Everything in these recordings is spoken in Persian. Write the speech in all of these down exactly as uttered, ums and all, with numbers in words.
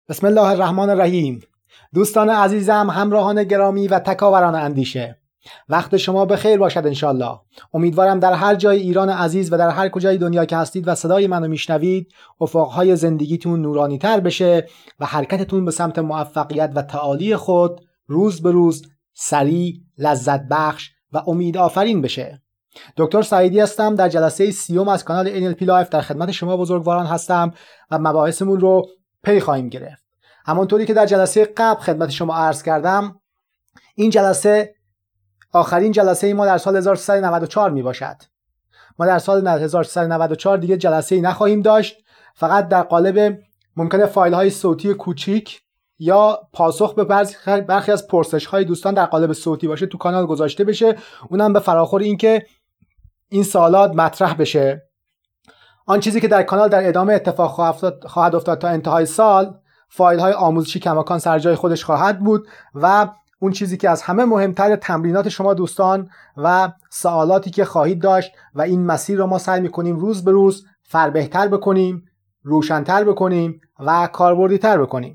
بسم الله الرحمن الرحیم. دوستان عزیزم، همراهان گرامی و تکاوران اندیشه، وقت شما بخیر باشد انشالله. امیدوارم در هر جای ایران عزیز و در هر کجای دنیا که هستید و صدای منو میشنوید افقهای زندگیتون نورانی تر بشه و حرکتتون به سمت موفقیت و تعالی خود روز به روز سریع، لذت بخش و امید آفرین بشه. دکتر سعیدی هستم، در جلسه سیوم از کانال ان ال پی لایف در خدمت شما بزرگواران هستم و مباحثمون رو پی خواهیم گرفت. همونطوری که در جلسه قبل خدمت شما عرض کردم، این جلسه آخرین جلسه ما در سال هزار و سیصد و نود و چهار می باشد. ما در سال هزار و سیصد و نود و چهار دیگه جلسه نخواهیم داشت، فقط در قالب ممکنه فایل های صوتی کوچیک یا پاسخ به برخی از پرسش های دوستان در قالب صوتی باشه تو کانال گذاشته بشه، اونم به فراخور این که این سوالات مطرح بشه. آن چیزی که در کانال در ادامه اتفاق خواهد افتاد تا انتهای سال، فایل های آموزشی کماکان سر جای خودش خواهد بود و اون چیزی که از همه مهمتر تمرینات شما دوستان و سوالاتی که خواهید داشت و این مسیر رو ما سعی می‌کنیم روز به روز فربهتر بکنیم، روشن‌تر بکنیم و کاربردی‌تر بکنیم.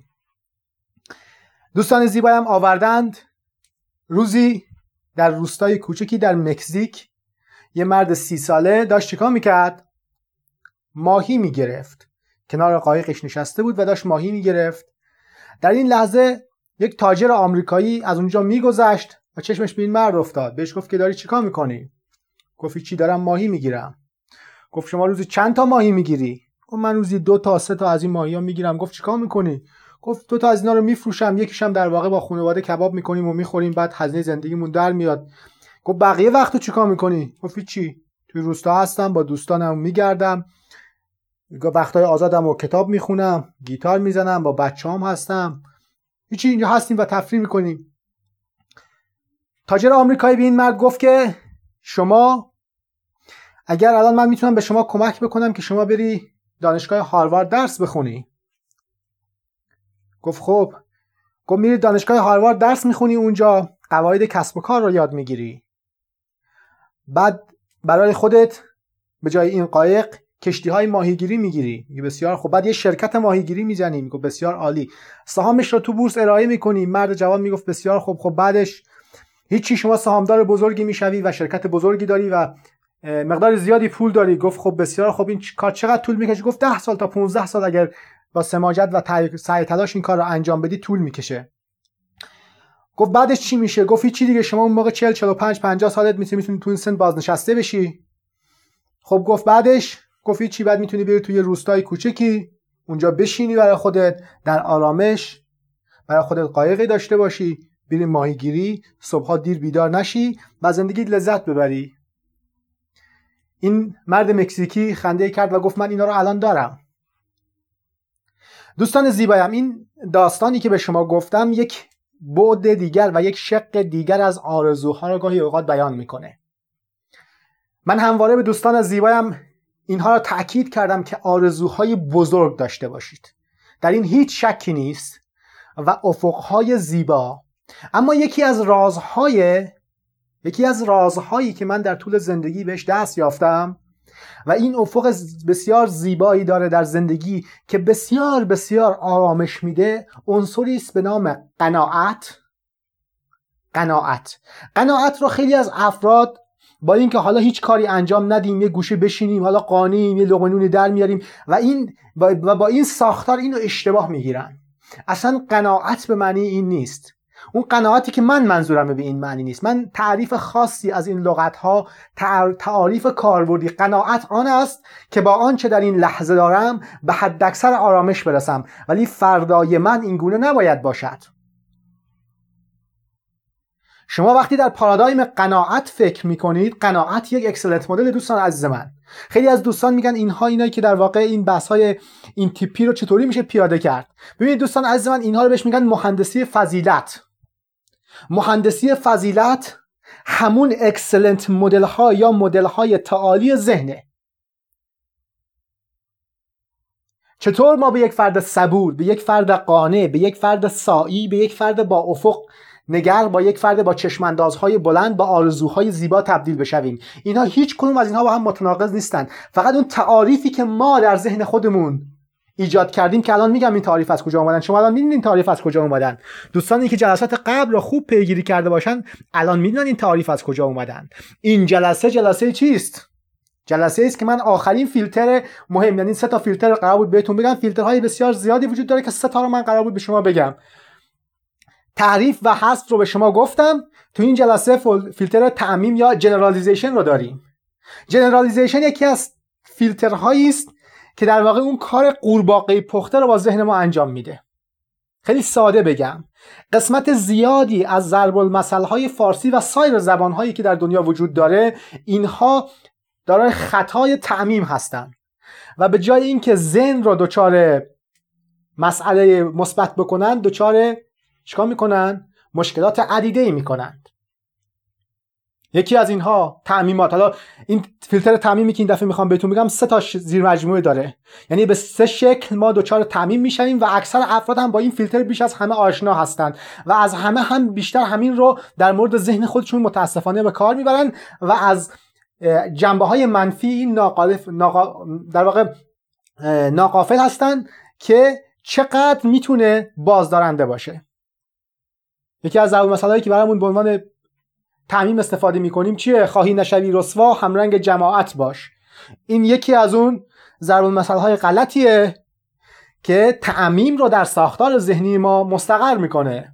دوستان زیبایم آوردند روزی در روستای کوچکی در مکزیک یه مرد سی ساله داشت چیکار میکرد؟ ماهی میگرفت. کنار قایقش نشسته بود و داشت ماهی میگرفت. در این لحظه یک تاجر آمریکایی از اونجا میگذشت و چشمش به این مرد افتاد. بهش گفت که داری چیکار میکنی؟ گفت چی، دارم ماهی میگیرم. گفت شما روزی چند تا ماهی میگیری؟ گفت من روزی دو تا سه تا از این ماهی‌ها میگیرم. گفت چیکار میکنی؟ گفت دو تا از اینا رو میفروشم، یکیشم در واقع با خانواده کباب میکنیم و میخوریم، بعد هزینه زندگیمون در میاد. گفت بقیه وقتو چیکار میکنی؟ گفت چی؟ توی روستا هستم، با دوستانم میگردم، وقتای آزادم و کتاب میخونم، گیتار میزنم، با بچه‌هام هستم، هیچی، اینجا هستیم و تفریح میکنیم. تاجر آمریکایی به این مرد گفت که شما اگر الان من میتونم به شما کمک بکنم که شما بری دانشگاه هاروارد درس بخونی. گفت خب. گفت میری دانشگاه هاروارد درس میخونی، اونجا قواعد کسب و کار رو یاد میگیری، بعد برای خودت به جای این قایق کشتی های ماهیگیری میگیری. میگه بسیار خوب. بعد یه شرکت ماهیگیری میزنی. میگه بسیار عالی. سهامش رو تو بورس ارائه میکنی. مرد جوان میگفت بسیار خوب. خب بعدش هیچی، شما سهامدار بزرگی میشوی و شرکت بزرگی داری و مقدار زیادی پول داری. گفت خب بسیار خوب. این کار چقدر طول میکشه؟ گفت ده سال تا پانزده سال اگر با سماجت و سعی تلاش این کار رو انجام بدی طول میکشه. گفت بعدش چی میشه؟ گفت چی دیگه، شما اون موقع چهل چهل و پنج پنجاه سالت میتونی میتونی تو این سن بازنشسته بشی. خب گفت بعدش؟ گفت چی، بعد میتونی بری توی روستای کوچکی اونجا بشینی برای خودت در آرامش، برای خودت قایقی داشته باشی، بری ماهیگیری، صبحا دیر بیدار نشی و زندگی لذت ببری. این مرد مکزیکی خنده کرد و گفت من اینا رو الان دارم. دوستان زیبایم، این داستانی که به شما گفتم یک بعد دیگر و یک شق دیگر از آرزوها رو گاهی اوقات بیان میکنه. من همواره به دوستان زیبایم اینها رو تأکید کردم که آرزوهای بزرگ داشته باشید. در این هیچ شکی نیست و افقهای زیبا. اما یکی از رازهای یکی از رازهایی که من در طول زندگی بهش دست یافتم و این افق بسیار زیبایی داره در زندگی که بسیار بسیار آرامش میده، عنصری است به نام قناعت. قناعت قناعت رو خیلی از افراد با اینکه حالا هیچ کاری انجام ندیم، یه گوشه بشینیم، حالا قانیم، یه لقمه نونی در میاریم و این و با این ساختار اینو اشتباه میگیرن. اصلا قناعت به معنی این نیست. اون قناعتی که من منظورم به این معنی نیست. من تعریف خاصی از این لغت‌ها، تعریف کاربردی قناعت آن است که با آنچه در این لحظه دارم به حداکثر آرامش برسم، ولی فردای من این گونه نباید باشد. شما وقتی در پارادایم قناعت فکر میکنید، قناعت یک اکسلنت مدل دوستان عزیز من. خیلی از دوستان میگن اینها اینایی که در واقع این بحث‌های این تیپی رو چطوری میشه پیاده کرد. ببینید دوستان عزیز من، اینها رو بهش میگن مهندسی فضیلت. مهندسی فضیلت همون اکسلنت مدل ها یا مدل های تعالی ذهنه. چطور ما به یک فرد صبور، به یک فرد قانع، به یک فرد سعی، به یک فرد با افق نگر، با یک فرد با چشماندازهای بلند، با آرزوهای زیبا تبدیل بشویم. اینها هیچ کدوم از اینها با هم متناقض نیستن. فقط اون تعاریفی که ما در ذهن خودمون ایجاد کردیم که الان میگم این تعریف از کجا اومدن. شما الان میدونید این تعریف از کجا اومدن. دوستانی که جلسات قبل رو خوب پیگیری کرده باشن الان میدونن این تعریف از کجا اومدن. این جلسه جلسه چیست؟ جلسه است که من آخرین فیلتر مهم، یعنی سه تا فیلتر قرار بود بهتون بگم. فیلترهای بسیار زیادی وجود داره که سه تا رو من قرار بود به شما بگم. تعریف و حذف رو به شما گفتم. تو این جلسه فیلتر تعمیم یا جنرالیزیشن رو داریم. جنرالیزیشن یکی از فیلترهایی است که در واقع اون کار قورباغه پخته رو با ذهن ما انجام میده. خیلی ساده بگم، قسمت زیادی از ضرب المثل‌های فارسی و سایر زبان‌هایی که در دنیا وجود داره، اینها دارای خطای تعمیم هستن و به جای اینکه ذهن رو دچار مسئله مثبت بکنن، دچار چیکار میکنن؟ مشکلات عدیده‌ای میکنن. یکی از اینها تعمیمات. حالا این فیلتر تعمیمی که این دفعه میخوام بهتون بگم سه تا زیر مجموعه داره، یعنی به سه شکل ما دچار تعمیم میشیم و اکثر افراد هم با این فیلتر بیش از همه آشنا هستند و از همه هم بیشتر همین رو در مورد ذهن خودشون متاسفانه به کار میبرن و از جنبه های منفی این ناقالف ناقا در واقع ناغافل هستن که چقدر میتونه بازدارنده باشه. یکی از ضرب المثل‌هایی که برامون به عنوان تعمیم استفاده میکنیم چیه؟ خواهی نشوی رسوا همرنگ جماعت باش. این یکی از اون ضرب المثل‌های غلطیه که تعمیم رو در ساختار ذهنی ما مستقر میکنه.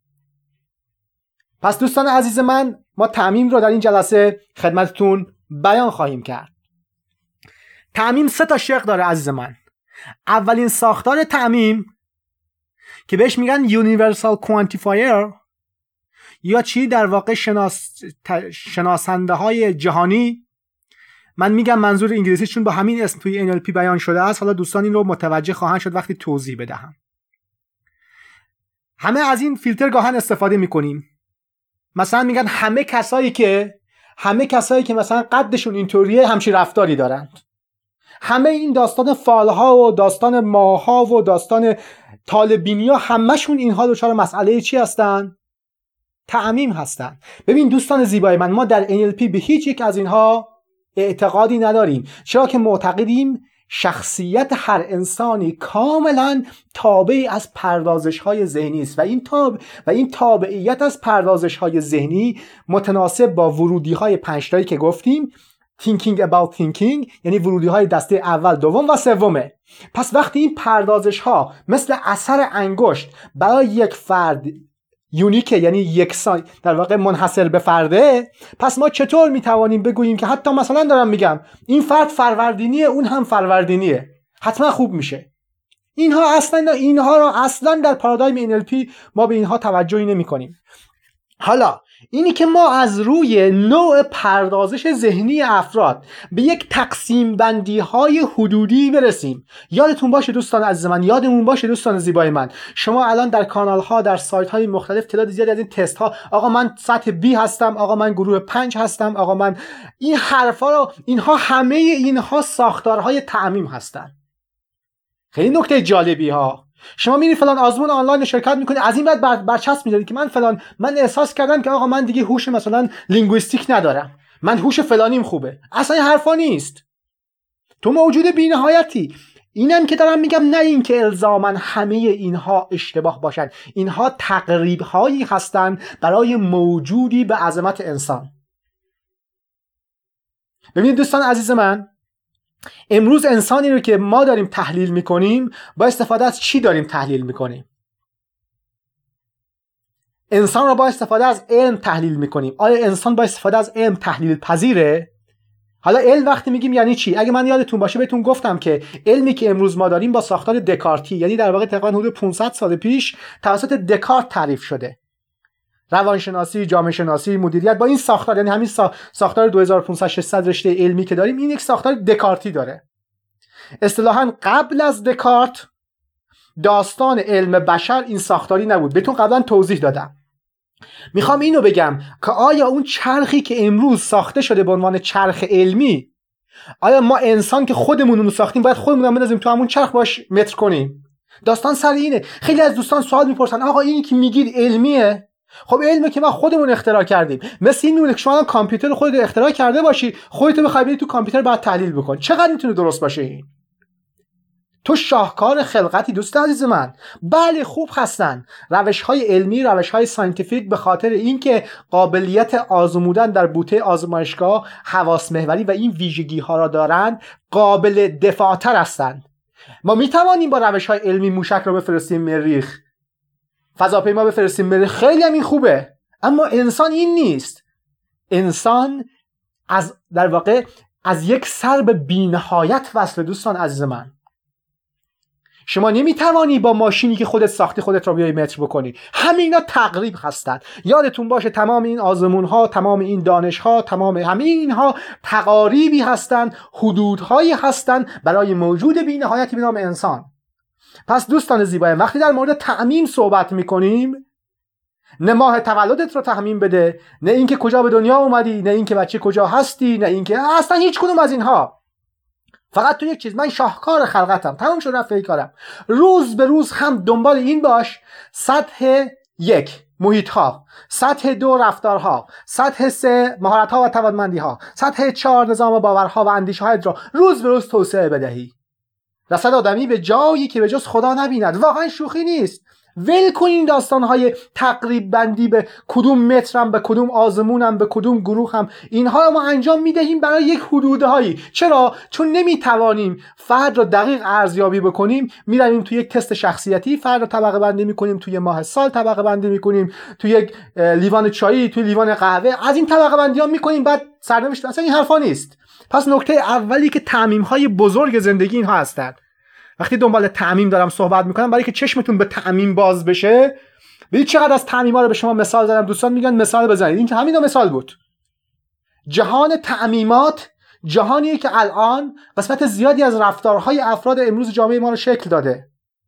پس دوستان عزیز من، ما تعمیم رو در این جلسه خدمتتون بیان خواهیم کرد. تعمیم سه تا شق داره عزیز من. اولین ساختار تعمیم که بهش میگن Universal Quantifier یا چی در واقع شناس... شناسنده های جهانی. من میگم منظور انگلیسیشون با همین اسم توی ان ال پی بیان شده است. حالا دوستان این رو متوجه خواهند شد وقتی توضیح بدهم. همه از این فیلتر گاهن استفاده میکنیم. مثلا میگن همه کسایی که همه کسایی که مثلا قدشون اینطوریه همچین رفتاری دارند. همه این داستان فالها و داستان ماها و داستان طالبینیا همشون اینها دچار مسئله چی هستن؟ تعمیم هستن. ببین دوستان زیبای من، ما در ان ال پی به هیچ یک از اینها اعتقادی نداریم، چرا که معتقدیم شخصیت هر انسانی کاملا تابع از پردازش‌های ذهنی است و این تابع و این تابعیت از پردازش‌های ذهنی متناسب با ورودی‌های پنج تایی که گفتیم، thinking about thinking، یعنی ورودی‌های دسته اول، دوم و سومه. پس وقتی این پردازش‌ها مثل اثر انگشت برای یک فرد یونیکه، یعنی یکسان در واقع منحصر به فرده، پس ما چطور میتوانیم بگوییم که حتی مثلا دارم میگم این فرد فروردینیه اون هم فروردینیه، حتما خوب میشه؟ اینها اصلا اینها را اصلا در پارادایم ان ال پی ما به اینها توجهی نمی‌کنیم. حالا اینی که ما از روی نوع پردازش ذهنی افراد به یک تقسیم بندی های حدودی برسیم. یادتون باشه دوستان عزیز من، یادمون باشه دوستان زیبای من، شما الان در کانال ها، در سایت های مختلف تعداد زیادی از این تست ها، آقا من سطح بی هستم، آقا من گروه پنج هستم، آقا من این حرفا رو، اینها همه اینها ساختارهای تعمیم هستن. خیلی نکته جالبی ها. شما میری فلان آزمون آنلاین شرکت میکنی، از این بعد بر برچسب میذاری که من فلان، من احساس کردم که آقا من دیگه هوش مثلا لینگویستیک ندارم، من هوش فلانیم خوبه. اصلا این حرفا نیست. تو موجود بی‌نهایتی. اینم که دارم میگم نه این که الزاما همه اینها اشتباه باشن، اینها تقریب هایی هستن برای موجودی به عظمت انسان. ببینید دوستان عزیز من، امروز انسانی رو که ما داریم تحلیل میکنیم با استفاده از چی داریم تحلیل میکنیم؟ انسان رو با استفاده از علم تحلیل میکنیم. آیا انسان با استفاده از علم تحلیل پذیره؟ حالا علم وقتی میگیم یعنی چی؟ اگه من یادتون باشه بهتون گفتم که علمی که امروز ما داریم با ساختار دکارتی، یعنی در واقع تقریبا حدود پانصد سال پیش توسط دکارت تعریف شده. روانشناسی، جامعه شناسی، مدیریت، با این ساختار، یعنی همین ساختار دو هزار و پانصد ششصد رشته علمی که داریم، این یک ساختار دکارتی داره. اصطلاحاً قبل از دکارت داستان علم بشر این ساختاری نبود. بهتون قبلا توضیح دادم. میخوام اینو بگم که آیا اون چرخی که امروز ساخته شده به عنوان چرخ علمی، آیا ما انسان که خودمون اون ساختیم باید خودمون هم بندازیم تو همون چرخ باش متر کنیم؟ داستان سر اینه. خیلی از دوستان سوال میپرسن آقا اینی که میگید علمیه؟ خب علمه که ما خودمون اختراع کردیم. مثل این میمونه که شما کامپیوتر خودت اختراع کرده باشی، خودت بخوای بری تو کامپیوتر بعد تحلیل بکن. چقدر میتونه درست باشه این؟ تو شاهکار خلقتی دوست عزیز من. بله خوب هستن روش‌های علمی، روش‌های ساینتیفیک، به خاطر اینکه قابلیت آزمودن در بوته آزمایشگاه، حواس محوری و این ویژگی‌ها را دارند، قابل دفاع‌تر هستند. ما می‌توانیم با روش‌های علمی موشک را بفرستیم مریخ، فضاپیما بفرستیم مریخ، خیلی هم این خوبه، اما انسان این نیست. انسان از در واقع از یک سر به بی‌نهایت وصل دوستان عزیز من. شما نمیتوانی با ماشینی که خودت ساختی خودت را بیای متر بکنی. همینا تقریب هستند. یادتون باشه تمام این آزمون ها، تمام این دانش ها، تمام همه اینها تقاریبی هستند، حدودهایی هستند برای موجود بی‌نهایتی به نام انسان. پس دوستان زیبایم، وقتی در مورد تعمیم صحبت میکنیم، نه ماه تولدت رو تعمیم بده، نه اینکه کجا به دنیا اومدی، نه اینکه بچه کجا هستی، نه اینکه اصلا هیچ کدوم از اینها. فقط تو یک چیز، من شاهکار خلقتم، تمام شد رفت کارم. روز به روز هم دنبال این باش سطح یک محیط ها، سطح دو رفتارها، سطح سه مهارت ها و توانمندی ها، سطح چهار نظام باورها و اندیشه هایت را روز به روز توسعه بدهی. رسد آدمی به جایی که به جز خدا نبیند. واقعا شوخی نیست. ول کنین داستانهای تقریب بندی به کدوم مترم، به کدوم آزمونم، به کدوم گروه هم. اینها ما انجام میدهیم برای یک حدودهایی. چرا؟ چون نمیتوانیم فرد را دقیق ارزیابی بکنیم. میرویم توی یک تست شخصیتی فرد را طبقه بندی میکنیم، توی ماه سال طبقه بندی میکنیم، توی یک لیوان چایی، توی لیوان قهوه، از این طبقه بندی ها میکنیم، بعد سرنوشت. اصلا این حرفا نیست. پس نکته اولی که تعمیم های بزرگ زندگی اینها هستند. وقتی دنبال تعمیم دارم صحبت میکنم برای که چشمتون به تعمیم باز بشه، ببینید چقدر از تعمیم‌ها رو به شما مثال زدم. دوستان میگن مثال بزنید. این همینا مثال بود. جهان تعمیمات جهانیه که الان قسمت زیادی از رفتارهای افراد امروز جامعه ما رو شکل داده.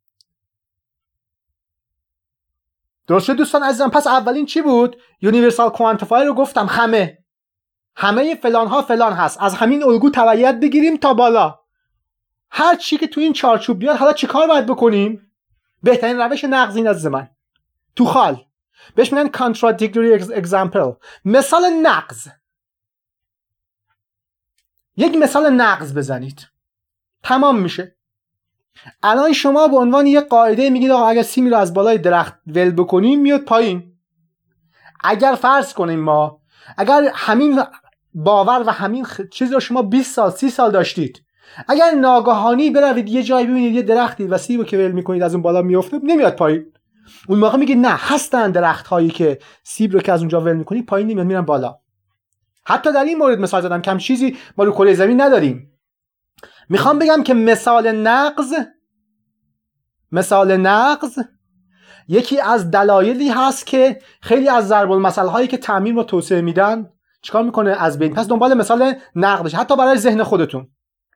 درست شد دوستان عزیزم؟ پس اولین چی بود؟ یونیورسال کوانتیفایر رو گفتم. همه همه فلان ها فلان هست. از همین الگو تبعیت بگیریم تا بالا. هر چی که تو این چارچوب بیاد، حالا چی کار باید بکنیم؟ بهترین روش نقض این از من تو خال بهش میگن contradictory example، مثال نقض. یک مثال نقض بزنید تمام میشه. الان شما به عنوان یک قاعده میگید آقا اگر سیمی رو از بالای درخت ول بکنیم میاد پایین. اگر فرض کنیم ما اگر همین باور و همین چیز رو شما بیست سال سی سال داشتید، اگر ناگهانی بروید یه جایی ببینید یه درختی و سیبو که ول میکنید از اون بالا میفته نمیاد پایین، اون موقع میگید نه، هستن درخت هایی که سیب رو که از اونجا ول میکنید پایین نمیاد، میرن بالا. حتی در این مورد مثال زدم، کم چیزی ما رو کره زمین نداریم. میخوام بگم که مثال نقض مثال نقض یکی از دلایلی هست که خیلی از ضرب المثل هایی که تعمیم رو توسعه میدن چیکار میکنه؟ از بین. پس دنبال مثال نقض بشه، حتی برای ذهن خودتون.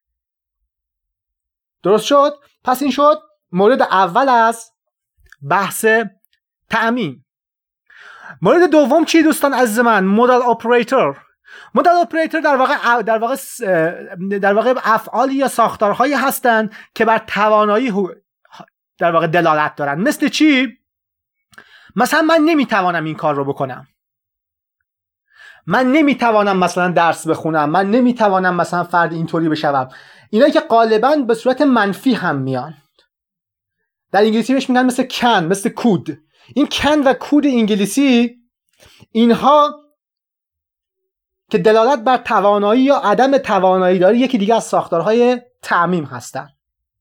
درست شد؟ پس این شد مورد اول از بحث تعمیم. مورد دوم چی دوستان عزیز من؟ مدل اپراتور. مدل اپراتور در واقع در واقع در واقع افعالی یا ساختارهایی هستند که بر توانایی در واقع دلالت دارن. مثل چی؟ مثلا من نمیتوانم این کار رو بکنم، من نمیتوانم مثلا درس بخونم، من نمیتوانم مثلا فرد اینطوری بشوم. اینا که غالبا به صورت منفی هم میان. در انگلیسی بهش میگن مثل کن، مثل کود. این کن و کود انگلیسی اینها که دلالت بر توانایی یا عدم توانایی داره یکی دیگه از ساختارهای تعمیم هستن.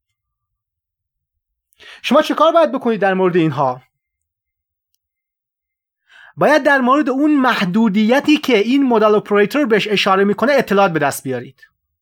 شما چه کار باید بکنید در مورد اینها؟ باید در مورد اون محدودیتی که این مدل اپراتور بهش اشاره میکنه اطلاعات به دست بیارید.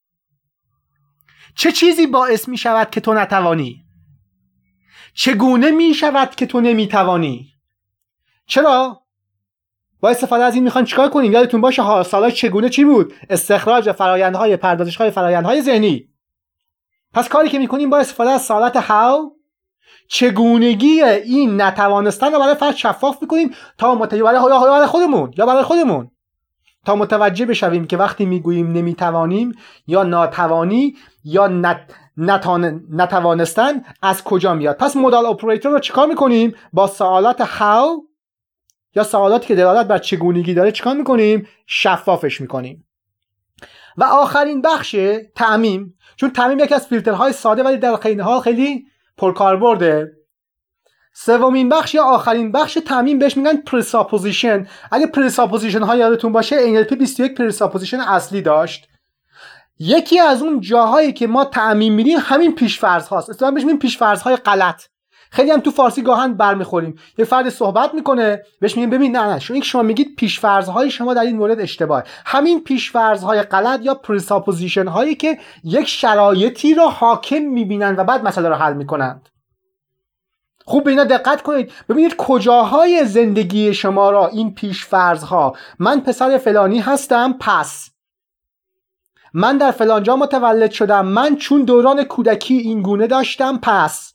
چه چیزی باعث می شود که تو نتوانی؟ چگونه می شود که تو نمی توانی؟ چرا؟ با استفاده از این میخوان چیکار کنیم؟ یادتون باشه سالای چگونه چی بود؟ استخراج فرآیندهای پردازش‌های فرآیندهای ذهنی. پس کاری که میکنیم با استفاده از سوالات هاو، چگونگی این نتوانستن رو برای فرد شفاف میکنیم تا متوجه برای خودمون یا برای خودمون تا متوجه بشویم که وقتی میگوییم نمیتوانیم یا ناتوانی یا نت... نتان... نتوانستن از کجا میاد. پس مدل اپراتور رو چیکار میکنیم؟ با سوالات هاو یا سوالاتی که دلالت بر چگونگی داره چیکار میکنیم؟ شفافش میکنیم. و آخرین بخش تعمیم، چون تعمیم یکی از فیلترهای ساده ولی در خیلی حال خیلی پرکاربرده. سومین بخش یا آخرین بخش تعمیم بهش میگن پرساپوزیشن. اگه پرساپوزیشن ها یادتون باشه ان ال پی بیست و یک پرساپوزیشن اصلی داشت. یکی از اون جاهایی که ما تعمیم میدیم همین پیش‌فرض هاست. اصلا بهش میگیم پیش‌فرض های غلط. خیلی هم تو فارسی گاهن برمیخوریم. یه فرد صحبت میکنه بهش میگیم ببین نه نه چون شما میگید پیش‌فرض های شما در این مورد اشتباهه. همین پیش‌فرض های غلط یا پرساپوزیشن هایی که یک شرایطی رو حاکم میبینن و بعد مسئله رو حل میکنند. خوب به اینا دقت کنید. ببینید کجاهای زندگی شما را این پیش‌فرض ها، من پسر فلانی هستم پس من در فلان جا متولد شدم، من چون دوران کودکی این گونه داشتم پس،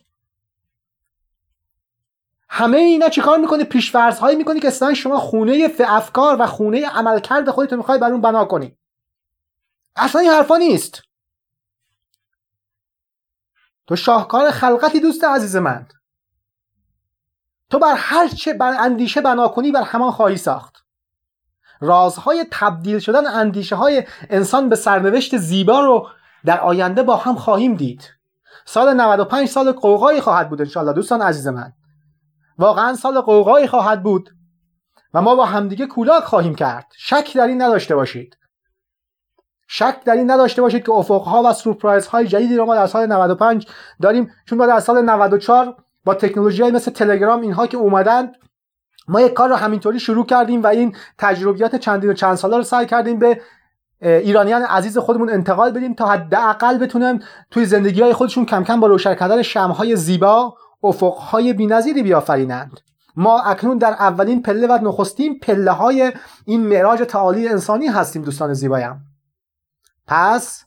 همه اینا چیکار میکنه؟ پیش‌فرض هایی میکنه که اصلا شما خونه افکار و خونه عملکرد خودتون میخوای بر اون بنا کنی. اصلا این حرفا نیست. تو شاهکار خلقتی دوست عزیز من. تو بر هر چه بر اندیشه بنا کنی بر همان خواهی ساخت. رازهای تبدیل شدن اندیشه های انسان به سرنوشت زیبا رو در آینده با هم خواهیم دید. سال نود و پنج سال قوقایی خواهد بود انشالله دوستان عزیز من. واقعا سال قوقایی خواهد بود و ما با همدیگه کولاک خواهیم کرد. شک در این نداشته باشید. شک در این نداشته باشید که افقها و سورپرایزهای جدیدی رو ما در سال نود و پنج داریم، چون ما در سال نود و چهار با تکنولوژی‌های مثل تلگرام اینها که اومدن ما یک کار رو همینطوری شروع کردیم و این تجربیات چندین و چند ساله رو سعی کردیم به ایرانیان عزیز خودمون انتقال بدیم تا حداقل بتونن توی زندگی‌های خودشون کم کم با روشن کردن شمع‌های زیبا افق‌های بی‌نظیری بیافرینند. ما اکنون در اولین پله و نخستین پله‌های این معراج تعالی انسانی هستیم دوستان زیبایم. پس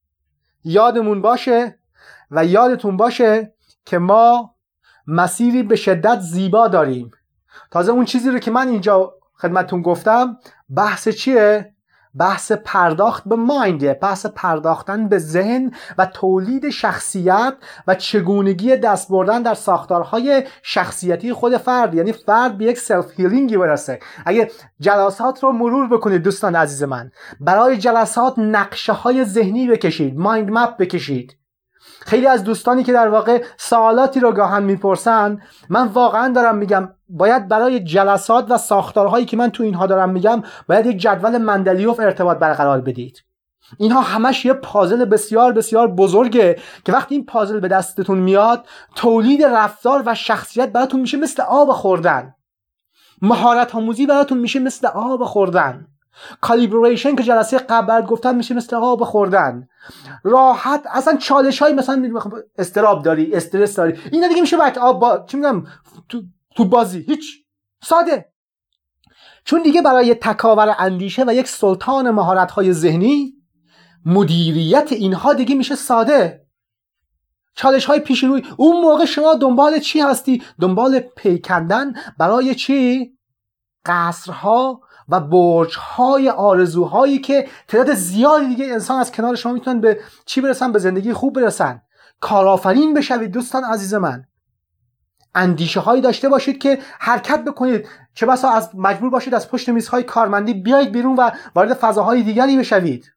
یادمون باشه و یادتون باشه که ما مسیری به شدت زیبا داریم. تازه اون چیزی رو که من اینجا خدمتتون گفتم بحث چیه؟ بحث پرداخت به مایندیه، بحث پرداختن به ذهن و تولید شخصیت و چگونگی دست بردن در ساختارهای شخصیتی خود فرد، یعنی فرد به یک سلف هیلینگی برسه. اگه جلسات رو مرور بکنید دوستان عزیز من، برای جلسات نقشه های ذهنی بکشید، مایند مپ بکشید. خیلی از دوستانی که در واقع سوالاتی رو گاهن میپرسن، من واقعا دارم میگم باید برای جلسات و ساختارهایی که من تو اینها دارم میگم باید یک جدول مندلیوف ارتباط برقرار بدید. اینها همش یه پازل بسیار بسیار بزرگه که وقتی این پازل به دستتون میاد تولید رفتار و شخصیت براتون میشه مثل آب خوردن. مهارت آموزی براتون میشه مثل آب خوردن. کالیبریشن که جلسه قبل گفتم میشه مثل آب خوردن. راحت اصلا چالش های مثلا استراب داری، استرس داری، اینا دیگه میشه وقت آب با... چی میگم تو... تو بازی هیچ ساده. چون دیگه برای تکاور اندیشه و یک سلطان مهارت های ذهنی مدیریت اینها دیگه میشه ساده. چالش های پیش روی اون موقع شما دنبال چی هستی؟ دنبال پیکندن برای چی؟ قصرها و برج‌های آرزوهایی که تعداد زیادی دیگه انسان از کنار شما میتونن به چی برسن؟ به زندگی خوب برسن. کارآفرین بشوید دوستان عزیز من. اندیشه هایی داشته باشید که حرکت بکنید، چه بسا از مجبور باشید از پشت میزهای کارمندی بیایید بیرون و وارد فضاهای دیگری بشوید.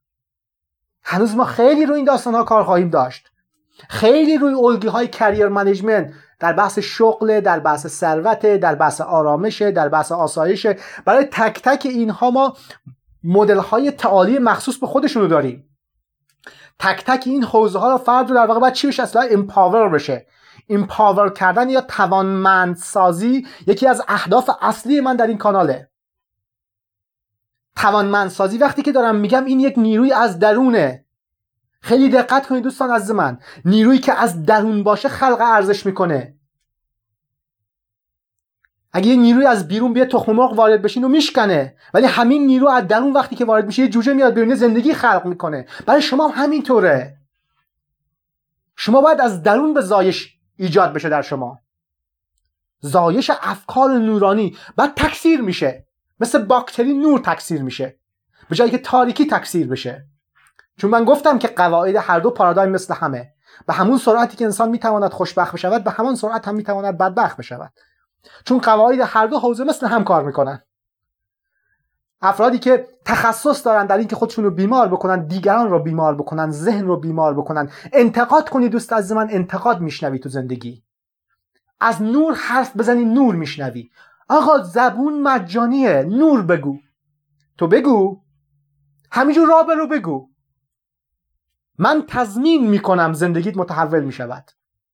هنوز ما خیلی روی این داستان ها کار خواهیم داشت. خیلی روی الگوی های کریر منیجمنت در بحث شغل، در بحث ثروت، در بحث آرامش، در بحث آسایش. برای تک تک اینها ما مدل های تعالی مخصوص به خودشونو داریم. تک تک این حوزه ها رو فرد رو در واقع باید چی بشه؟ اصلا امپاور بشه. امپاور کردن یا توانمندسازی یکی از اهداف اصلی من در این کاناله. توانمندسازی وقتی که دارم میگم این یک نیروی از درونه. خیلی دقت کنید دوستان عزیز من، نیرویی که از درون باشه خلق ارزش میکنه. اگه یه نیروی از بیرون بیاد تخم مرغ وارد بشین و میشکنه، ولی همین نیرو از درون وقتی که وارد میشه یه جوجه میاد بیرون زندگی خلق میکنه. برای شما هم همینطوره. شما باید از درون به زایش ایجاد بشه در شما. زایش افکار نورانی بعد تکثیر میشه، مثل باکتری نور تکثیر میشه به جایی که تاریکی تکثیر بشه. چون من گفتم که قواعد هر دو پارادایم مثل همه. به همون سرعتی که انسان میتواند خوشبخت بشود به همان سرعت هم میتواند بدبخت بشود. چون قواعد هر دو حوزه مثل هم کار میکنن. افرادی که تخصص دارن در اینکه خودشون رو بیمار بکنن، دیگران رو بیمار بکنن، ذهن رو بیمار بکنن. انتقاد کنی دوست عزیز من، انتقاد میشنوی تو زندگی. از نور حرف بزنی نور میشنوی. آقا زبون مجانیه، نور بگو. تو بگو، همینجور راه برو بگو. من تضمین میکنم زندگیت متحول میشود.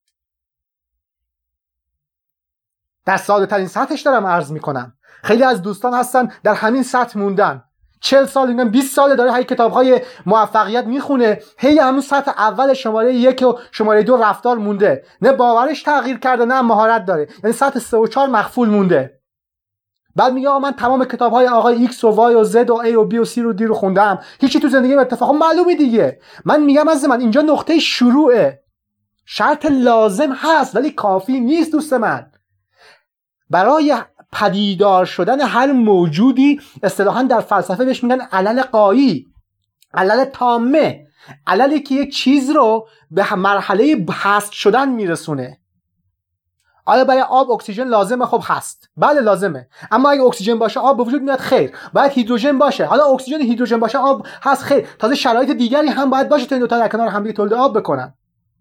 در ساده ترین سطحش دارم عرض میکنم. خیلی از دوستان هستن در همین سطح موندن، چهل سال اینا بیست ساله داره هی کتاب‌های موفقیت میخونه، هی همون سطح اول شماره یک و شماره دو رفتار مونده، نه باورش تغییر کرده نه مهارت داره، یعنی سطح سه و چهار مخفول مونده. بعد میگه آقا من تمام کتاب‌های آقای ایکس و وای و زد و ای و بی و سی رو دی رو خوندم، هیچی تو زندگیم اتفاقا معلومه دیگه. من میگم از من اینجا نقطه شروعه، شرط لازم هست ولی کافی نیست دوست من. برای پدیدار شدن هر موجودی اصطلاحاً در فلسفه بهش میگن علل قایی، علل تامه، عللی که یک چیز رو به مرحله هست شدن میرسونه. آیا برای آب اکسیژن لازمه؟ خب هست، بله لازمه. اما اگه اکسیژن باشه آب به وجود میاد؟ خیر. باید هیدروژن باشه. حالا اکسیژن هیدروژن باشه آب هست؟ خیر. تازه شرایط دیگری هم باید باشه تا این دو تا در کنار هم دیگه تولید آب بکنن.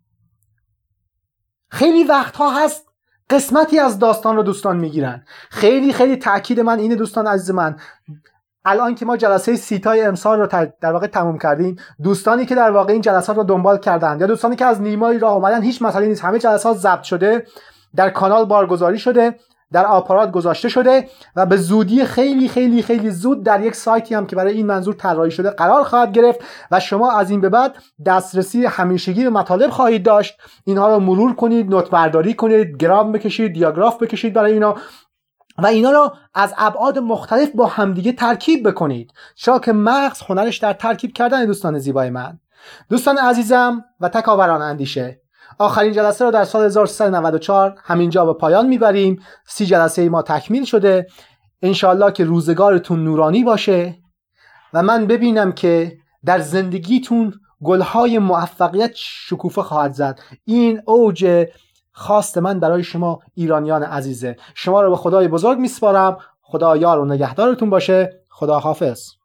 خیلی وقتها هست قسمتی از داستان رو دوستان میگیرن. خیلی خیلی تاکید من اینه دوستان عزیز من، الان که ما جلسه سیتای امسال رو در واقع تموم کردیم، دوستانی که در واقع این جلسات رو دنبال کردن یا دوستانی که از نیمای راه اومدن، هیچ مسئله نیست، همه جلسات ضبط شده، در کانال بارگذاری شده، در آپارات گذاشته شده و به زودی خیلی خیلی خیلی زود در یک سایتی هم که برای این منظور طراحی شده قرار خواهد گرفت و شما از این به بعد دسترسی همیشگی به مطالب خواهید داشت. اینها رو مرور کنید، نوت برداری کنید، گرام بکشید، دیاگراف بکشید برای اینا و اینا رو از ابعاد مختلف با همدیگه ترکیب بکنید، چرا که مغز هنرش در ترکیب کردن. دوستان زیبای من، دوستان عزیزم و تکاوران اندیشه، آخرین جلسه رو در سال هزار و سیصد و نود و چهار همینجا به پایان میبریم. سی جلسه ما تکمیل شده. انشالله که روزگارتون نورانی باشه و من ببینم که در زندگیتون گلهای موفقیت شکوفه خواهد زد. این اوج خواست من برای شما ایرانیان عزیزه. شما رو به خدای بزرگ میسپارم. خدا یار و نگهدارتون باشه. خدا حافظ.